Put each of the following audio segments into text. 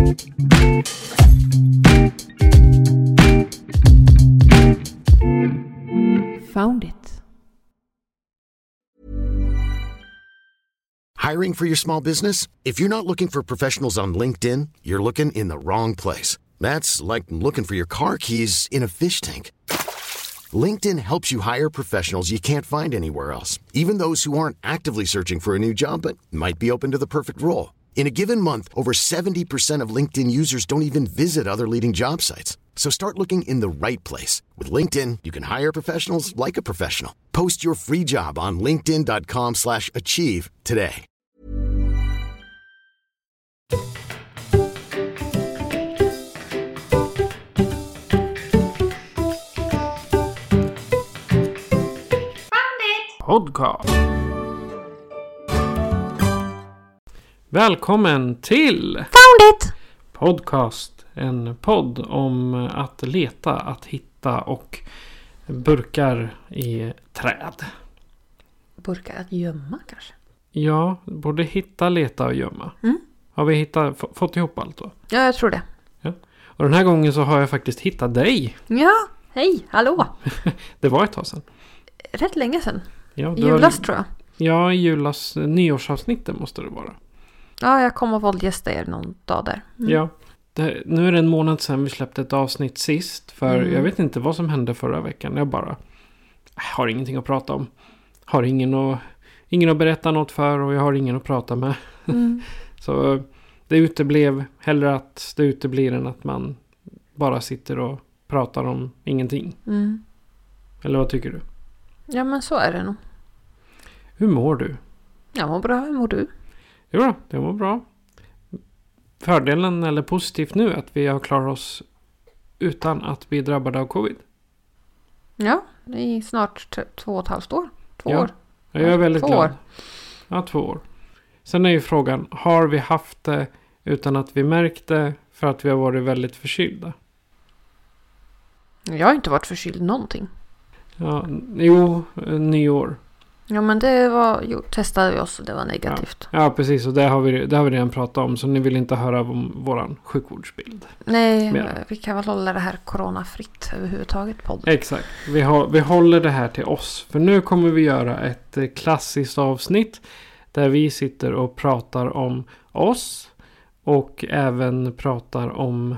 Found it. Hiring for your small business? If you're not looking for professionals on LinkedIn, you're looking in the wrong place. That's like looking for your car keys in a fish tank. LinkedIn helps you hire professionals you can't find anywhere else, even those who aren't actively searching for a new job but might be open to the perfect role. In a given month, over 70% of LinkedIn users don't even visit other leading job sites. So start looking in the right place. With LinkedIn, you can hire professionals like a professional. Post your free job on linkedin.com/achieve today. Podcast. Välkommen till Found it! Podcast, en podd om att leta, att hitta och burkar i träd. Burkar att gömma kanske? Ja, både hitta, leta och gömma. Har vi fått ihop allt då? Ja, jag tror det. Ja. Och den här gången så har jag faktiskt hittat dig. Ja, hej, hallå. Det var ett tag sedan. Rätt länge sedan. Ja, I julas tror jag. Ja, i julas nyårsavsnittet måste det vara. Ja, jag kommer att våldgästa er någon dag där. Ja, nu är det en månad sedan vi släppte ett avsnitt sist. För jag vet inte vad som hände förra veckan. Jag bara har ingenting att prata om. Har ingen att berätta något för och jag har ingen att prata med. Så det uteblev hellre att det uteblir än att man bara sitter och pratar om ingenting. Eller vad tycker du? Ja, men så är det nog. Hur mår du? Jag mår bra, hur mår du? Jo, det mår bra. Fördelen eller positivt nu är att vi har klarat oss utan att bli drabbade av covid. Ja, det är snart 2,5 år. 2 år. Jag är väldigt 2 glad. år. Ja, 2 år. Sen är ju frågan, har vi haft det utan att vi märkte för att vi har varit väldigt förkylda? Jag har inte varit förkyld någonting. Ja, jo, nyår. Ja, men det var testade vi oss och det var negativt. Ja, precis. Och det har vi redan pratat om. Så ni vill inte höra om våran sjukvårdsbild. Nej, mera. Vi kan väl hålla det här coronafritt överhuvudtaget podden. Exakt. Vi håller det här till oss. För nu kommer vi göra ett klassiskt avsnitt. Där vi sitter och pratar om oss. Och även pratar om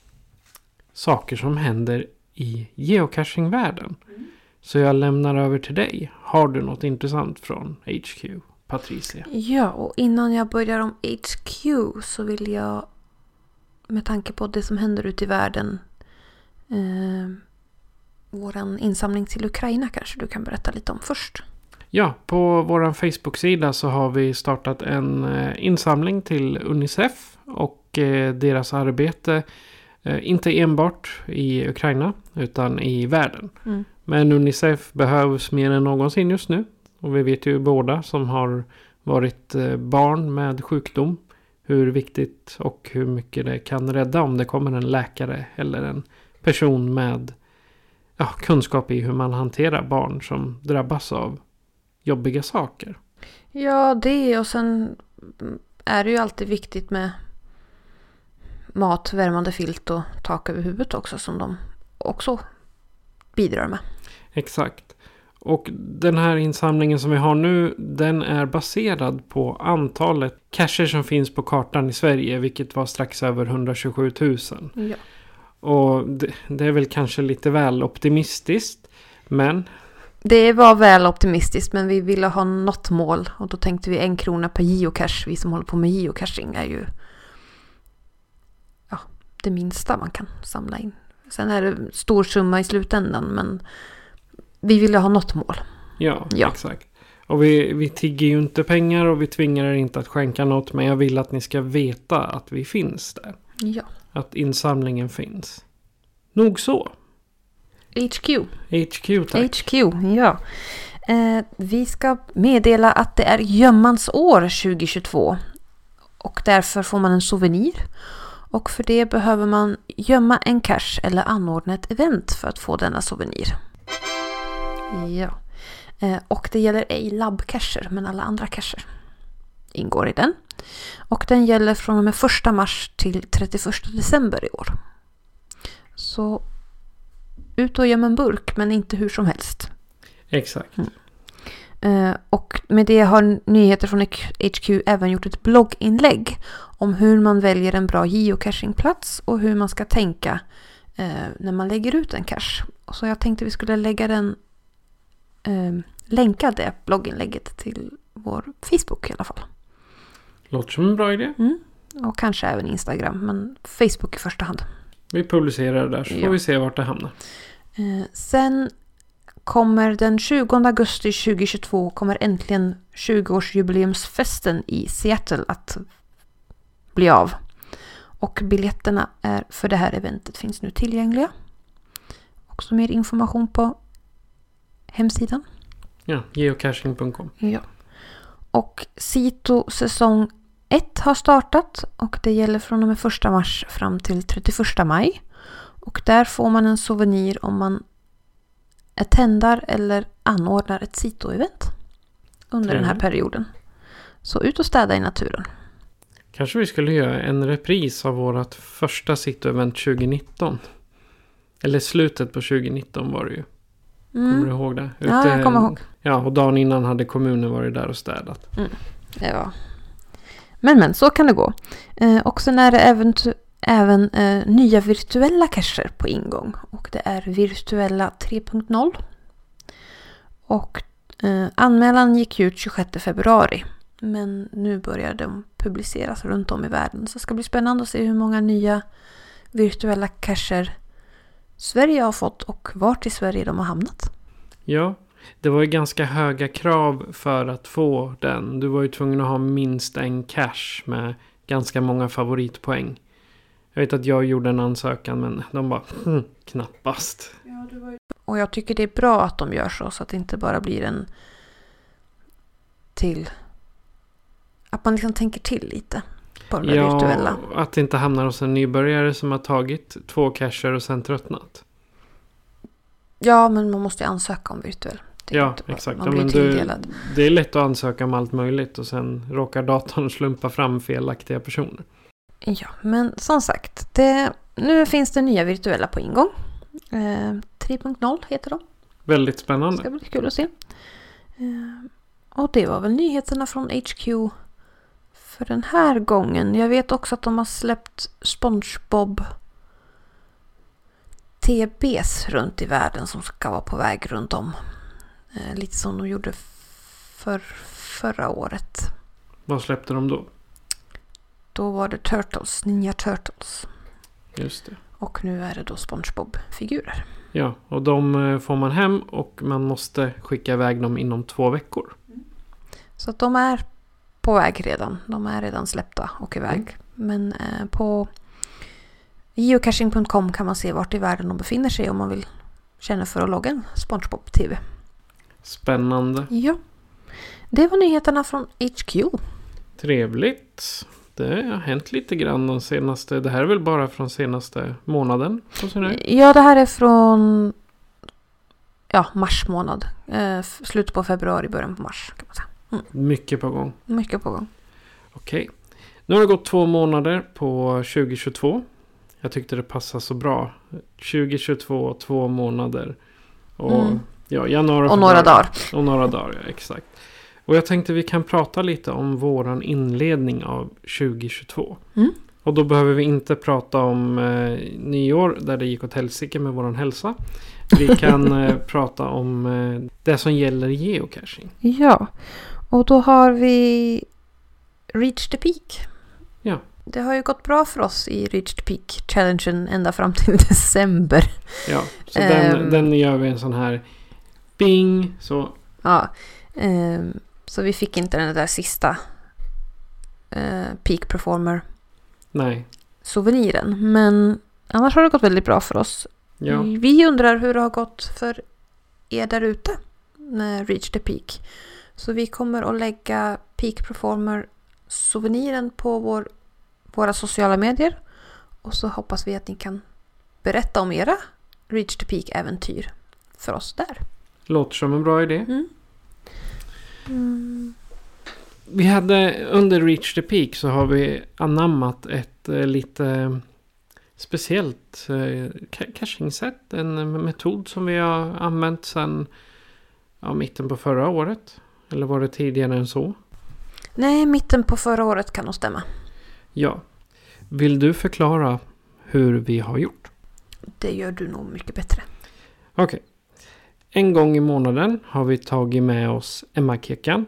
saker som händer i geocaching-världen. Så jag lämnar över till dig. Har du något intressant från HQ, Patricia? Ja, och innan jag börjar om HQ så vill jag, med tanke på det som händer ute i världen, våran insamling till Ukraina kanske du kan berätta lite om först. Ja, på vår Facebook-sida så har vi startat en insamling till UNICEF och deras arbete. Inte enbart i Ukraina utan i världen. Men UNICEF behövs mer än någonsin just nu. Och vi vet ju båda som har varit barn med sjukdom hur viktigt och hur mycket det kan rädda om det kommer en läkare eller en person med kunskap i hur man hanterar barn som drabbas av jobbiga saker. Ja, det och sen är det ju alltid viktigt med mat, värmande filt och tak över huvudet också som de också bidrar med. Exakt. Och den här insamlingen som vi har nu, den är baserad på antalet cacher som finns på kartan i Sverige, vilket var strax över 127 000. Ja. Och det är väl kanske lite väl optimistiskt, men... Det var väl optimistiskt, men vi ville ha något mål och då tänkte vi 1 krona per geocache. Vi som håller på med geocaching är ju det minsta man kan samla in. Sen är det stor summa i slutändan, men vi ville ha något mål. Ja, exakt. Och vi tigger ju inte pengar och vi tvingar er inte att skänka något, men jag vill att ni ska veta att vi finns där. Ja. Att insamlingen finns. Nog så. HQ, tack. HQ, ja. Vi ska meddela att det är gömmans år 2022. Och därför får man en souvenir. Och för det behöver man gömma en cache eller anordna ett event för att få denna souvenir. Ja. Och det gäller ej labbcacher, men alla andra cacher ingår i den. Och den gäller från och med 1 mars till 31 december i år. Så ut och göm en burk, men inte hur som helst. Exakt. Och med det har Nyheter från HQ även gjort ett blogginlägg om hur man väljer en bra geocachingplats och hur man ska tänka när man lägger ut en cache. Så jag tänkte vi skulle länka det blogginlägget till vår Facebook i alla fall. Låter som en bra idé. Och kanske även Instagram, men Facebook i första hand. Vi publicerar det där så får vi se vart det hamnar. Sen kommer den 20 augusti 2022 kommer äntligen 20-årsjubileumsfesten i Seattle att bli av. Och biljetterna för det här eventet finns nu tillgängliga. Också mer information på hemsidan. Ja, geocaching.com. Ja. Och Sito säsong 1 har startat och det gäller från och med 1 mars fram till 31 maj. Och där får man en souvenir om man attendar eller anordnar ett Sito-event under den här perioden. Så ut och städa i naturen. Kanske vi skulle göra en repris av vårt första Sito-event 2019. Eller slutet på 2019 var det ju. Kommer du ihåg det? Ja, jag kommer ihåg. Ja, och dagen innan hade kommunen varit där och städat. Ja. Men så kan det gå. Och sen är det även nya virtuella cacher på ingång. Och det är virtuella 3.0. Och anmälan gick ut 26 februari. Men nu börjar de publiceras runt om i världen. Så det ska bli spännande att se hur många nya virtuella cacher Sverige har fått och vart i Sverige de har hamnat. Ja, det var ju ganska höga krav för att få den. Du var ju tvungen att ha minst en cache med ganska många favoritpoäng. Jag vet att jag gjorde en ansökan men de bara, knappast. Och jag tycker det är bra att de gör så att det inte bara blir en till. Att man liksom tänker till lite på den där virtuella. Att det inte hamnar hos en nybörjare som har tagit 2 cacher och sen tröttnat. Ja, men man måste ansöka om virtuell. Ja, exakt. Man blir tilldelad. Det är lätt att ansöka om allt möjligt och sen råkar datorn slumpa fram felaktiga personer. Ja, men som sagt, nu finns det nya virtuella på ingång. 3.0 heter de. Väldigt spännande. Det ska bli kul att se. Och det var väl nyheterna från HQ för den här gången. Jag vet också att de har släppt SpongeBob TBs runt i världen som ska vara på väg runt om. Lite som de gjorde förra året. Vad släppte de då? Då var det Turtles, Ninja Turtles. Just det. Och nu är det då SpongeBob-figurer. Ja, och de får man hem och man måste skicka iväg dem inom 2 veckor. Så att de är på väg redan. De är redan släppta och iväg. Men på geocaching.com kan man se vart i världen de befinner sig om man vill känna för att logga en SpongeBob TV. Spännande. Ja. Det var nyheterna från HQ. Trevligt. Det har hänt lite grann de senaste. Det här är väl bara från senaste månaden? Ja, det här är från mars månad. Slutet på februari, början på mars kan man säga. Mycket på gång. Mycket på gång. Okej. Nu har det gått 2 månader på 2022. Jag tyckte det passade så bra. 2022, 2 månader. Och januari. Och några dagar. Och några dagar, ja, exakt. Och jag tänkte vi kan prata lite om våran inledning av 2022. Och då behöver vi inte prata om nyår där det gick åt helsike med våran hälsa. Vi kan prata om det som gäller geocaching. Ja, och då har vi Reach the Peak. Ja. Det har ju gått bra för oss i Reach the Peak-challengen ända fram till december. Ja, så den gör vi en sån här bing. Så. Ja, så vi fick inte den där sista Peak Performer souveniren. Men annars har det gått väldigt bra för oss. Ja. Vi undrar hur det har gått för er där ute med Reach the Peak. Så vi kommer att lägga Peak Performer souveniren på våra sociala medier. Och så hoppas vi att ni kan berätta om era Reach the Peak-äventyr för oss där. Låter som en bra idé. Vi hade under Reach the Peak så har vi anammat ett lite speciellt caching-sätt. En metod som vi har använt sedan mitten på förra året. Eller var det tidigare än så? Nej, mitten på förra året kan nog stämma. Ja. Vill du förklara hur vi har gjort? Det gör du nog mycket bättre. Okej. En gång i månaden har vi tagit med oss Emma-kekan.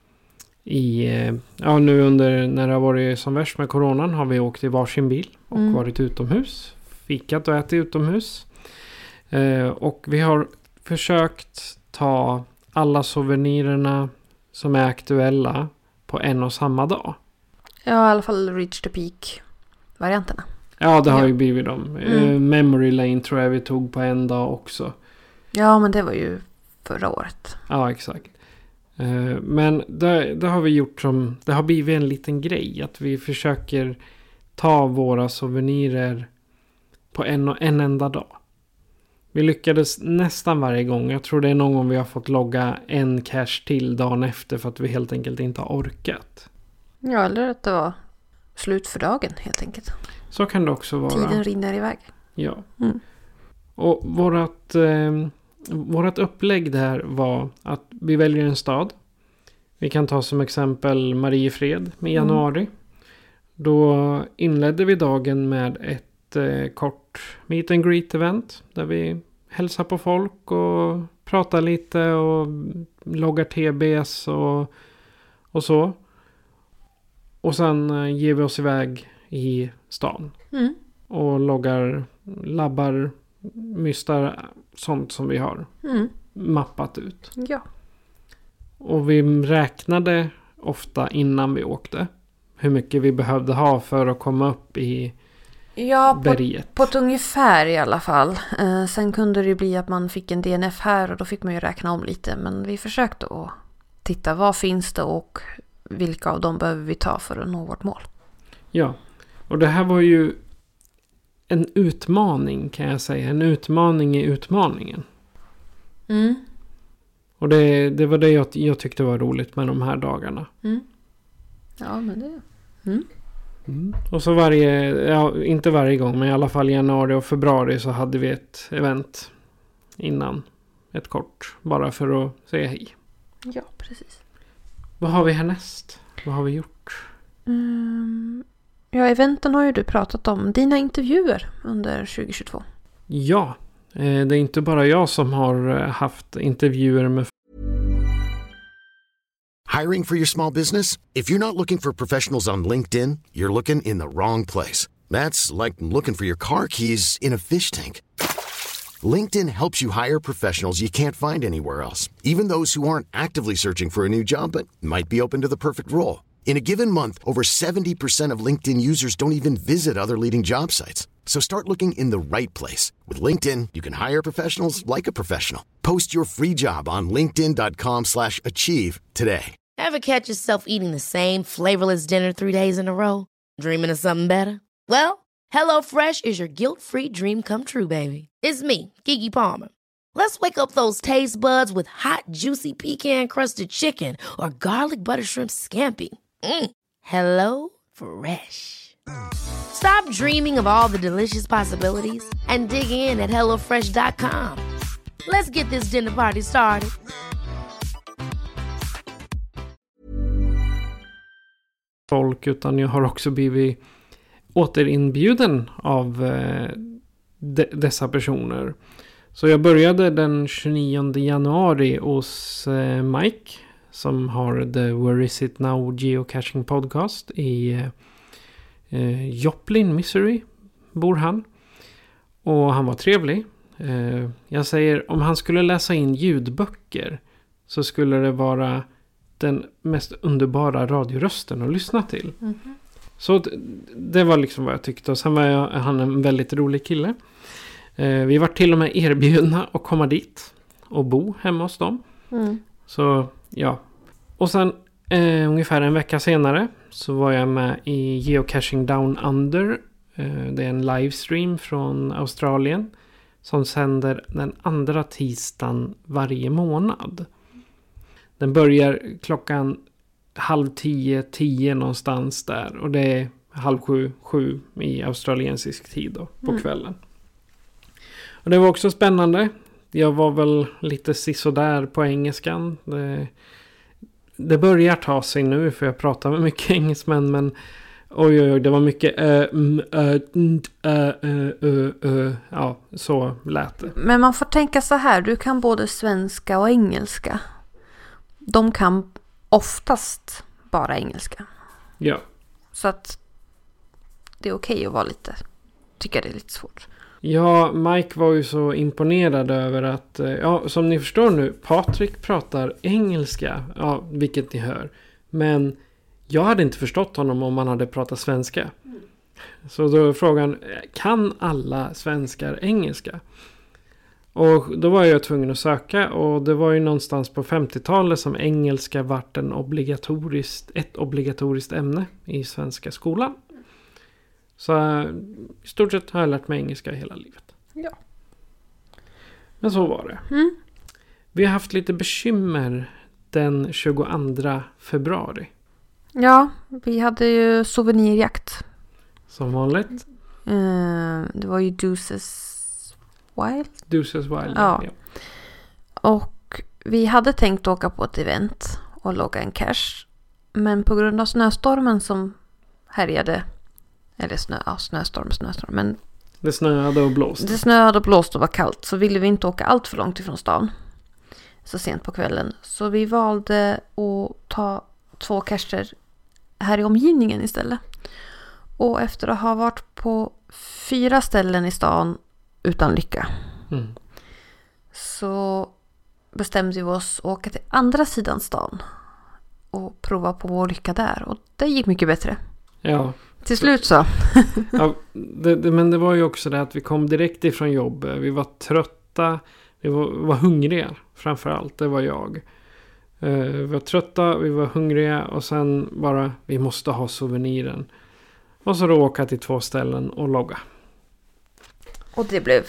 Nu under när det har varit som värst med coronan har vi åkt i varsin bil och varit utomhus. Fikat och ätit utomhus. Och vi har försökt ta alla souvenirerna som är aktuella på en och samma dag. Ja, i alla fall Reach the Peak-varianterna. Ja, det har ju blivit dem. Memory Lane tror jag vi tog på en dag också. Ja, men det var ju förra året. Ja, exakt. Men det har vi gjort som... Det har blivit en liten grej. Att vi försöker ta våra souvenirer på en enda dag. Vi lyckades nästan varje gång. Jag tror det är någon gång vi har fått logga en cache till dagen efter. För att vi helt enkelt inte har orkat. Ja, eller att det var slut för dagen helt enkelt. Så kan det också vara. Tiden rinner iväg. Ja. Och vårat upplägg där var att vi väljer en stad. Vi kan ta som exempel Mariefred i januari. Då inledde vi dagen med ett kort meet and greet event. Där vi hälsar på folk och pratar lite och loggar TBs och så. Och sen ger vi oss iväg i stan. Och loggar, labbar, mystar, sånt som vi har mappat ut. Ja. Och vi räknade ofta innan vi åkte hur mycket vi behövde ha för att komma upp i berget. På ett ungefär i alla fall. Sen kunde det bli att man fick en DNF här och då fick man ju räkna om lite. Men vi försökte att titta vad finns det och vilka av dem behöver vi ta för att nå vårt mål. Ja, och det här var ju en utmaning kan jag säga. En utmaning i utmaningen. Och det var det jag tyckte var roligt med de här dagarna. Ja, men det... Och så inte varje gång, men i alla fall januari och februari så hade vi ett event innan. Ett kort, bara för att säga hej. Ja, precis. Vad har vi härnäst? Vad har vi gjort? Ja, eventen har ju du pratat om. Dina intervjuer under 2022. Ja, det är inte bara jag som har haft intervjuer med... Hiring for your small business? If you're not looking for professionals on LinkedIn, you're looking in the wrong place. That's like looking for your car keys in a fish tank. LinkedIn helps you hire professionals you can't find anywhere else, even those who aren't actively searching for a new job but might be open to the perfect role. In a given month, over 70% of LinkedIn users don't even visit other leading job sites. So start looking in the right place. With LinkedIn, you can hire professionals like a professional. Post your free job on linkedin.com/achieve today. Ever catch yourself eating the same flavorless dinner 3 days in a row? Dreaming of something better? Well, HelloFresh is your guilt-free dream come true, baby. It's me, Keke Palmer. Let's wake up those taste buds with hot, juicy pecan-crusted chicken or garlic butter shrimp scampi. Hello Fresh. Stop dreaming of all the delicious possibilities and dig in at HelloFresh.com. Let's get this dinner party started. Folk, utan jag har också blivit återinbjuden av dessa personer. Så jag började den 29 januari hos Mike som har The Where Is It Now Geocaching Podcast i Joplin, Missouri bor han. Och han var trevlig. Jag säger, om han skulle läsa in ljudböcker så skulle det vara den mest underbara radiorösten att lyssna till. Så det var liksom vad jag tyckte. Och sen var han en väldigt rolig kille. Vi var till och med erbjudna att komma dit och bo hemma hos dem. Så ja. Och sen ungefär en vecka senare så var jag med i Geocaching Down Under. Det är en livestream från Australien som sänder den andra tisdagen varje månad. Den börjar klockan 10:30 någonstans där. Och det är 6:30 i australiensisk tid då, på kvällen. Och det var också spännande. Jag var väl lite sisådär på engelskan. Det börjar ta sig nu för jag pratar med mycket engelsmän. Men oj, det var mycket ja, så lät det. Men man får tänka så här, du kan både svenska och engelska. De kan oftast bara engelska. Ja. Så att det är okej att vara lite, tycker det är lite svårt. Ja, Mike var ju så imponerad över att, ja, som ni förstår nu, Patrik pratar engelska, ja, vilket ni hör. Men jag hade inte förstått honom om han hade pratat svenska. Så då är frågan, kan alla svenskar engelska? Och då var jag tvungen att söka, och det var ju någonstans på 50-talet som engelska vart ett obligatoriskt ämne i svenska skolan. Så i stort sett har jag lärt mig engelska hela livet. Ja. Men så var det. Vi har haft lite bekymmer den 22 februari. Ja, vi hade ju souvenirjakt. Som vanligt. Det var ju Deuces Wild. Deuces Wild, ja. Och vi hade tänkt åka på ett event och logga en cache. Men på grund av snöstormen som härjade. Eller snöstorm. Men det snöade och blåst. Det snöade och blåst och var kallt. Så ville vi inte åka allt för långt ifrån stan. Så sent på kvällen. Så vi valde att ta 2 cacher här i omgivningen istället. Och efter att ha varit på 4 ställen i stan utan lycka. Så bestämde vi oss att åka till andra sidan stan. Och prova på vår lycka där. Och det gick mycket bättre. Ja. Till slut så. Ja, men det var ju också det att vi kom direkt ifrån jobbet. Vi var trötta. Vi var hungriga framförallt. Det var jag. Vi var trötta, vi var hungriga. Och sen bara, vi måste ha souveniren. Och så då åka till 2 ställen och logga. Och det blev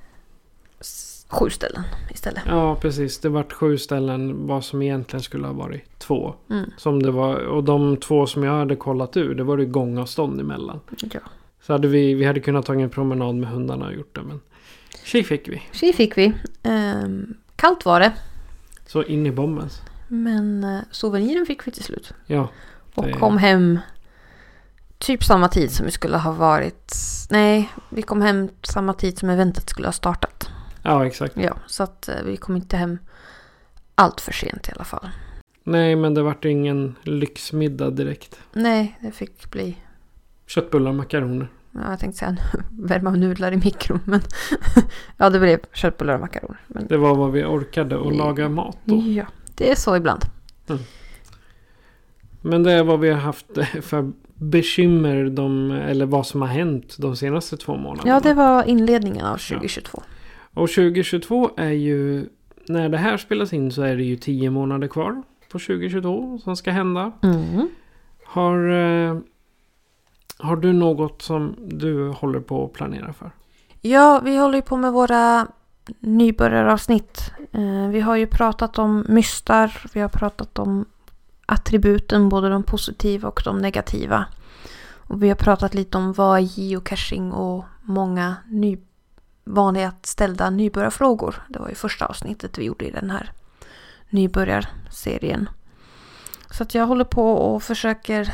7 ställen istället. Ja, precis. Det var 7 ställen, vad som egentligen skulle ha varit 2. Som det var, och de 2 som jag hade kollat ur, det var det gångavstånd emellan. Ja. Så hade vi hade kunnat ta en promenad med hundarna och gjort det, men tji fick vi. Kallt var det. Så in i bomben. Men souveniren fick vi till slut. Ja. Och kom hem typ samma tid som vi skulle ha varit. Nej, vi kom hem samma tid som eventet skulle ha startat. Ja, exakt. Ja, så att vi kom inte hem allt för sent i alla fall. Nej, men det vart ingen lyxmiddag direkt. Nej, det fick bli köttbullar och makaroner. Ja, jag tänkte säga värma nudlar i mikron, men ja, det blev köttbullar och makaroner. Men det var vad vi orkade och laga mat då. Ja, det är så ibland. Men det är vad vi har haft för bekymmer eller vad som har hänt de senaste 2 månaderna. Ja, det var inledningen av 2022. Ja. Och 2022 är ju, när det här spelas in så är det ju 10 månader kvar på 2022 som ska hända. Har du något som du håller på att planera för? Ja, vi håller ju på med våra nybörjaravsnitt. Vi har ju pratat om mystar, vi har pratat om attributen, både de positiva och de negativa. Och vi har pratat lite om vad är geocaching och många vanliga ställda nybörjarfrågor. Det var ju första avsnittet vi gjorde i den här nybörjarserien. Så att jag håller på och försöker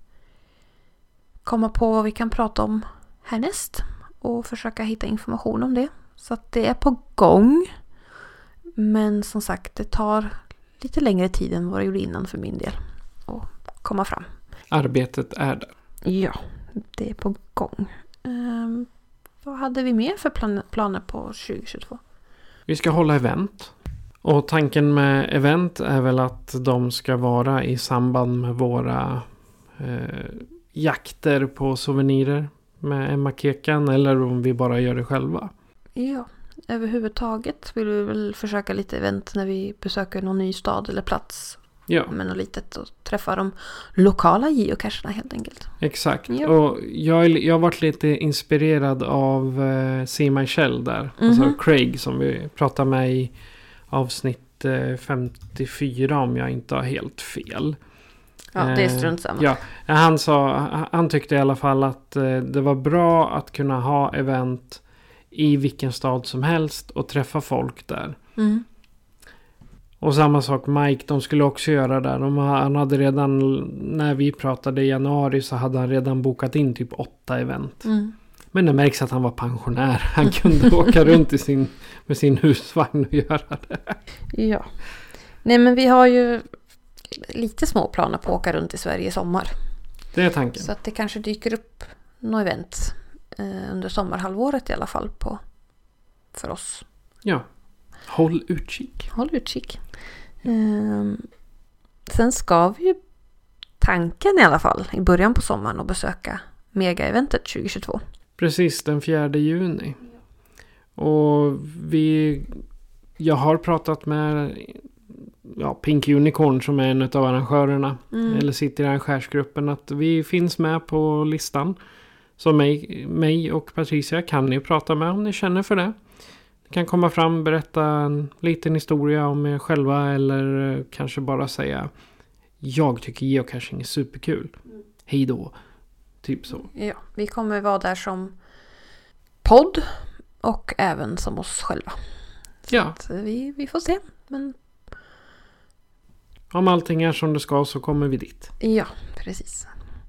komma på vad vi kan prata om härnäst och försöka hitta information om det. Så att det är på gång. Men som sagt, det tar lite längre tid än vad det gjorde innan för min del att komma fram. Arbetet är där. Ja, det är på gång. Vad hade vi mer för planer på 2022? Vi ska hålla event. Och tanken med event är väl att de ska vara i samband med våra jakter på souvenirer med Emma Kekan, eller om vi bara gör det själva. Ja, överhuvudtaget vill vi väl försöka lite event när vi besöker någon ny stad eller plats. Ja. Men något litet och träffa de lokala geocacherna helt enkelt. Exakt. Ja. Och jag har varit lite inspirerad av See My Shell där. Alltså Craig som vi pratar med i avsnitt 54 om jag inte har helt fel. Ja, det är strunt samma. Ja, han tyckte i alla fall att det var bra att kunna ha event i vilken stad som helst och träffa folk där. Mm. Och samma sak Mike, de skulle också göra där. Han hade redan, när vi pratade i januari så hade han redan bokat in typ 8 event. Mm. Men det märks att han var pensionär. Han kunde åka runt med sin husvagn och göra det. Ja. Nej, men vi har ju lite små planer på att åka runt i Sverige i sommar. Det är tanken. Så att det kanske dyker upp något event under sommarhalvåret i alla fall för oss. Ja. Håll utkik. Håll utkik. Sen ska vi ju tanken i alla fall i början på sommaren att besöka mega-eventet 2022. Precis, den 4 juni. Och jag har pratat med Pink Unicorn som är en av arrangörerna. Eller sitter i arrangörsgruppen. Att vi finns med på listan. Så mig och Patricia kan ni prata med om ni känner för det. Ni kan komma fram, berätta en liten historia om er själva. Eller kanske bara säga: jag tycker geocaching är superkul. Hej då. Typ så. Ja, vi kommer vara där som podd och även som oss själva. Ja. Så vi får se. Men om allting är som det ska så kommer vi dit. ja, precis.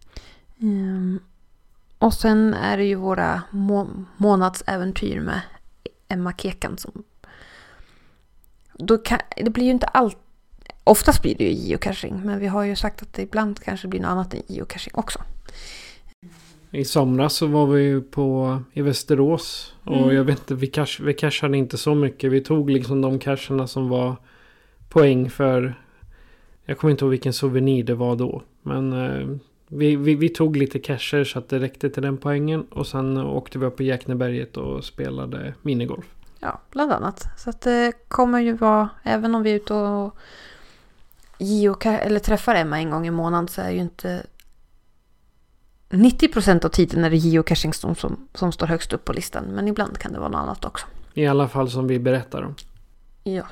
Och sen är det ju våra månadsäventyr med Emma Kekan som det blir ju inte allt. Oftast blir det ju geocaching, men vi har ju sagt att det ibland kanske blir något annat än geocaching också. I somras så var vi ju i Västerås och jag vet inte, vi cashade inte så mycket. Vi tog liksom de cacherna som var poäng för, jag kommer inte ihåg vilken souvenir det var då, men vi tog lite cacher så att det räckte till den poängen och sen åkte vi upp på Jäkneberget och spelade minigolf. Ja, bland annat. Så att det kommer ju vara, även om vi är ute och eller träffar Emma en gång i månaden, så är ju inte 90% av tiden är det geocaching som står högst upp på listan. Men ibland kan det vara något annat också. I alla fall som vi berättar om. Ja.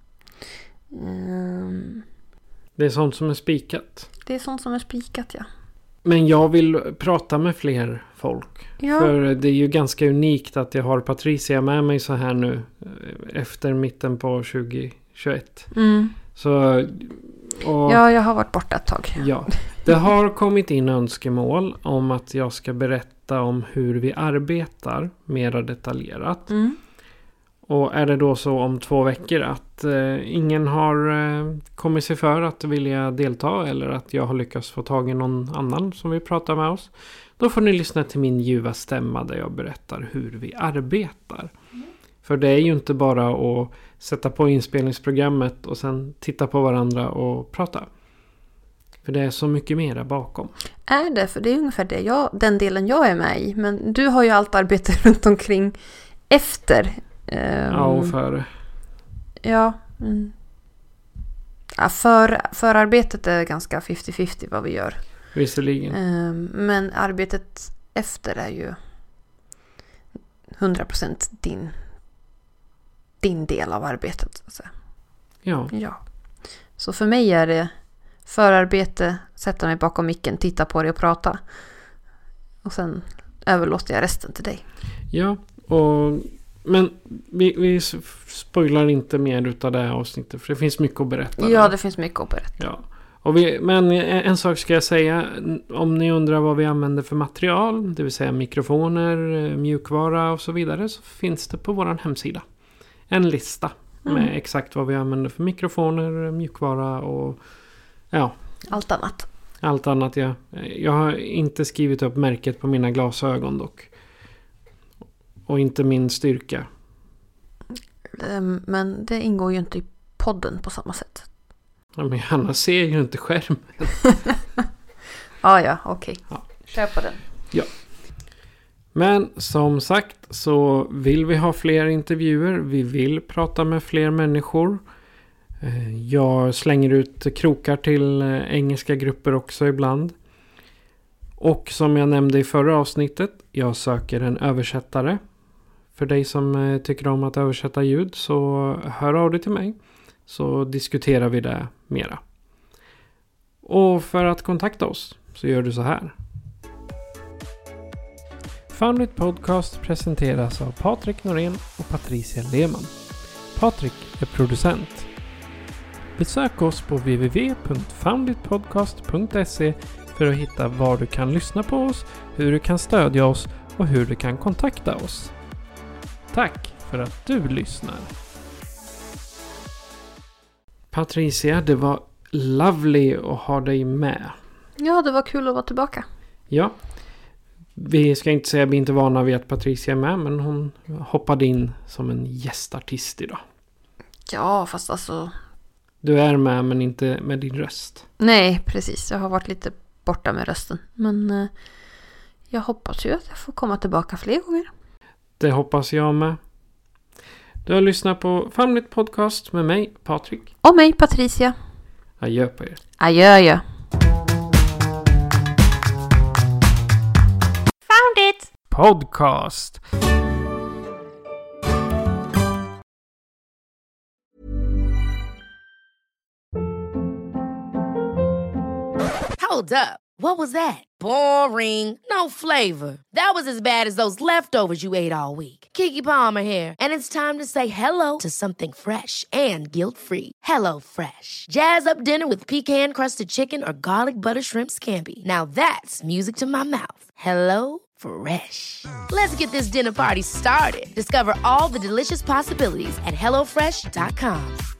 Det är sånt som är spikat. Det är sånt som är spikat, ja. Men jag vill prata med fler folk. Ja. För det är ju ganska unikt att jag har Patricia med mig så här nu. Efter mitten på 2021. Så... Ja, jag har varit borta ett tag. Ja, det har kommit in önskemål om att jag ska berätta om hur vi arbetar mera detaljerat. Och är det då så om 2 veckor att ingen har kommit sig för att vilja delta eller att jag har lyckats få tag i någon annan som vill prata med oss, då får ni lyssna till min ljuva stämma där jag berättar hur vi arbetar. För det är ju inte bara att sätta på inspelningsprogrammet och sen titta på varandra och prata. För det är så mycket mer bakom. Är det? För det är ungefär den delen jag är med i. Men du har ju allt arbete runt omkring efter. Ja, och före. Ja. Ja, förarbetet är ganska 50-50 vad vi gör. Visserligen. Men arbetet efter är ju 100% din del av arbetet. Så att säga. Ja. Så för mig är det förarbete, sätta mig bakom micken, titta på det och prata. Och sen överlåter jag resten till dig. Ja, men vi spoilar inte mer utav det här avsnittet, för det finns mycket att berätta. Ja, det finns mycket att berätta. Ja. Men en sak ska jag säga, om ni undrar vad vi använder för material, det vill säga mikrofoner, mjukvara och så vidare, så finns det på vår hemsida en lista med exakt vad vi använder för mikrofoner, mjukvara och allt annat. Allt annat, ja. Jag har inte skrivit upp märket på mina glasögon dock. Och inte min styrka. Men det ingår ju inte i podden på samma sätt. Ja, men Hanna ser ju inte skärmen. Ja, okej. Ja. Kör på den. Ja. Men som sagt så vill vi ha fler intervjuer. Vi vill prata med fler människor. Jag slänger ut krokar till engelska grupper också ibland. Och som jag nämnde i förra avsnittet, jag söker en översättare. För dig som tycker om att översätta ljud, så hör av dig till mig. Så diskuterar vi det mera. Och för att kontakta oss så gör du så här. Foundit Podcast presenteras av Patrik Norén och Patricia Lehmann. Patrik är producent. Besök oss på www.founditpodcast.se för att hitta var du kan lyssna på oss, hur du kan stödja oss och hur du kan kontakta oss. Tack för att du lyssnar. Patricia, det var lovely att ha dig med. Ja, det var kul att vara tillbaka. Ja, vi ska inte säga att vi inte är vana vid att Patricia är med, men hon hoppade in som en gästartist idag. Ja, fast alltså... Du är med, men inte med din röst. Nej, precis. Jag har varit lite borta med rösten. Men jag hoppas ju att jag får komma tillbaka fler gånger. Det hoppas jag med. Du har lyssnat på Foundit Podcast med mig, Patrik. Och mig, Patricia. Adjö på er. Adjö. Found it! Podcast. Hold up. What was that? Boring. No flavor. That was as bad as those leftovers you ate all week. Keke Palmer here, and it's time to say hello to something fresh and guilt-free. Hello Fresh. Jazz up dinner with pecan-crusted chicken or garlic butter shrimp scampi. Now that's music to my mouth. Hello Fresh. Let's get this dinner party started. Discover all the delicious possibilities at HelloFresh.com.